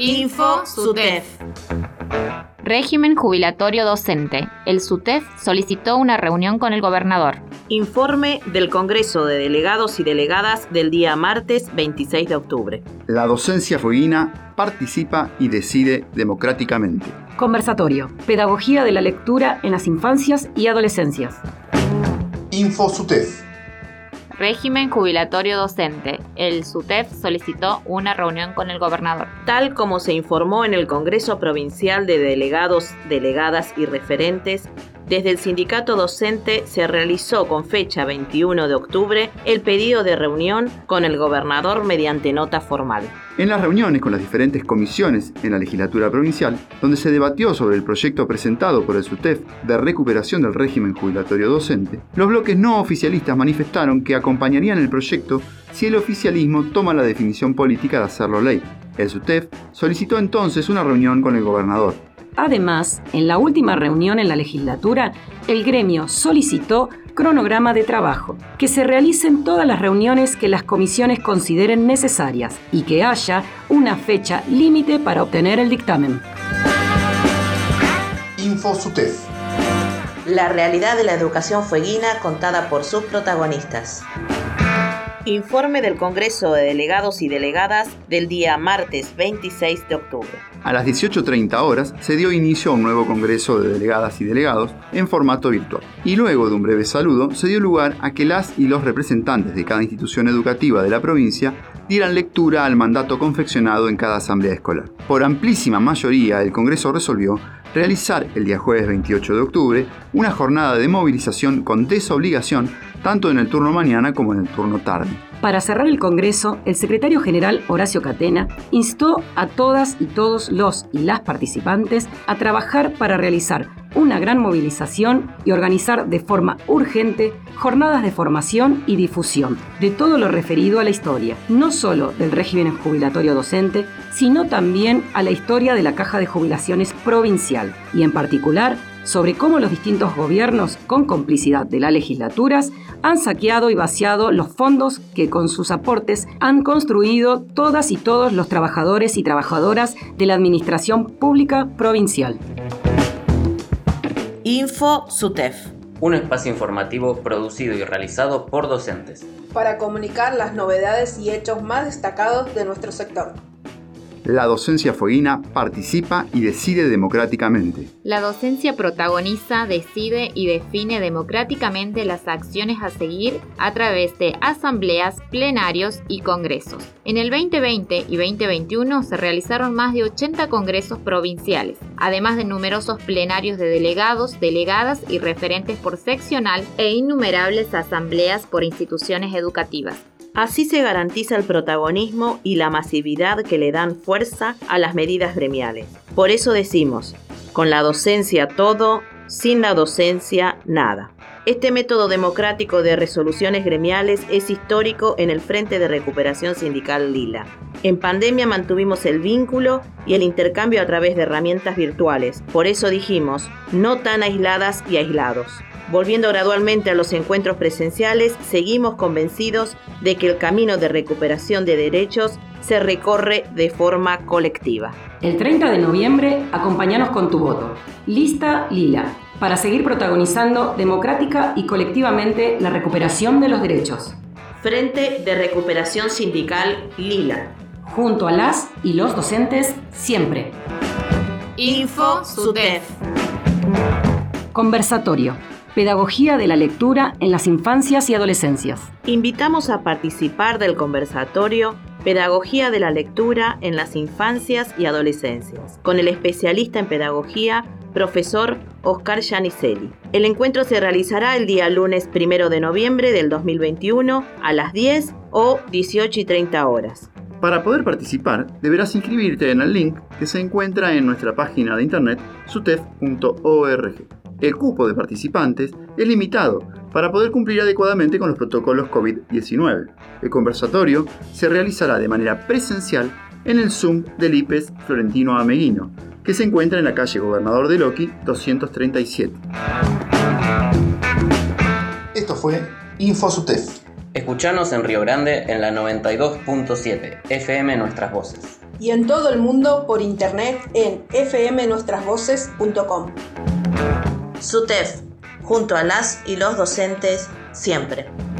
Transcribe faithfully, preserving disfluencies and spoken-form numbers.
Info SUTEF. Régimen jubilatorio docente. El SUTEF solicitó una reunión con el gobernador. Informe del Congreso de Delegados y Delegadas del día martes veintiséis de octubre. La docencia fueguina participa y decide democráticamente. Conversatorio. Pedagogía de la lectura en las infancias y adolescencias. Info SUTEF. Régimen jubilatorio docente. El SUTEF solicitó una reunión con el gobernador. Tal como se informó en el Congreso Provincial de Delegados, Delegadas y Referentes, desde el sindicato docente se realizó con fecha veintiuno de octubre el pedido de reunión con el gobernador mediante nota formal. En las reuniones con las diferentes comisiones en la legislatura provincial, donde se debatió sobre el proyecto presentado por el SUTEF de recuperación del régimen jubilatorio docente, los bloques no oficialistas manifestaron que acompañarían el proyecto si el oficialismo toma la definición política de hacerlo ley. El SUTEF solicitó entonces una reunión con el gobernador. Además, en la última reunión en la legislatura, el gremio solicitó cronograma de trabajo, que se realicen todas las reuniones que las comisiones consideren necesarias y que haya una fecha límite para obtener el dictamen. Info SUTEF. La realidad de la educación fueguina contada por sus protagonistas. Informe del Congreso de Delegados y Delegadas del día martes veintiséis de octubre. A las dieciocho treinta horas se dio inicio a un nuevo Congreso de Delegadas y Delegados en formato virtual. Y luego de un breve saludo se dio lugar a que las y los representantes de cada institución educativa de la provincia dieran lectura al mandato confeccionado en cada asamblea escolar. Por amplísima mayoría, el Congreso resolvió realizar el día jueves veintiocho de octubre una jornada de movilización con desobligación tanto en el turno mañana como en el turno tarde. Para cerrar el Congreso, el secretario general Horacio Catena instó a todas y todos los y las participantes a trabajar para realizar una gran movilización y organizar de forma urgente jornadas de formación y difusión de todo lo referido a la historia, no solo del régimen jubilatorio docente, sino también a la historia de la Caja de Jubilaciones Provincial y en particular sobre cómo los distintos gobiernos, con complicidad de las legislaturas, han saqueado y vaciado los fondos que con sus aportes han construido todas y todos los trabajadores y trabajadoras de la administración pública provincial. Info SUTEF. Un espacio informativo producido y realizado por docentes. Para comunicar las novedades y hechos más destacados de nuestro sector. La docencia fueguina participa y decide democráticamente. La docencia protagoniza, decide y define democráticamente las acciones a seguir a través de asambleas, plenarios y congresos. En el veinte veinte y veinte veintiuno se realizaron más de ochenta congresos provinciales, además de numerosos plenarios de delegados, delegadas y referentes por seccional e innumerables asambleas por instituciones educativas. Así se garantiza el protagonismo y la masividad que le dan fuerza a las medidas gremiales. Por eso decimos, con la docencia todo, sin la docencia nada. Este método democrático de resoluciones gremiales es histórico en el Frente de Recuperación Sindical Lila. En pandemia mantuvimos el vínculo y el intercambio a través de herramientas virtuales. Por eso dijimos, no tan aisladas y aislados. Volviendo gradualmente a los encuentros presenciales, seguimos convencidos de que el camino de recuperación de derechos se recorre de forma colectiva. El treinta de noviembre, acompáñanos con tu voto. Lista Lila, para seguir protagonizando democrática y colectivamente la recuperación de los derechos. Frente de Recuperación Sindical Lila. Junto a las y los docentes, siempre. Info SUTEF. Conversatorio. Pedagogía de la lectura en las infancias y adolescencias. Invitamos a participar del conversatorio Pedagogía de la lectura en las infancias y adolescencias, con el especialista en pedagogía, profesor Oscar Giannicelli. El encuentro se realizará el día lunes primero de noviembre del dos mil veintiuno a las diez o dieciocho y treinta horas. Para poder participar, deberás inscribirte en el link que se encuentra en nuestra página de internet sutef punto org. El cupo de participantes es limitado para poder cumplir adecuadamente con los protocolos covid diecinueve. El conversatorio se realizará de manera presencial en el Zoom del I P E S Florentino Ameguino, que se encuentra en la calle Gobernador de Loqui doscientos treinta y siete. Esto fue Info SUTEF. Escuchanos en Río Grande en la noventa y dos punto siete F M Nuestras Voces. y en todo el mundo por internet en f m nuestras voces punto com. SUTEF, junto a las y los docentes, siempre.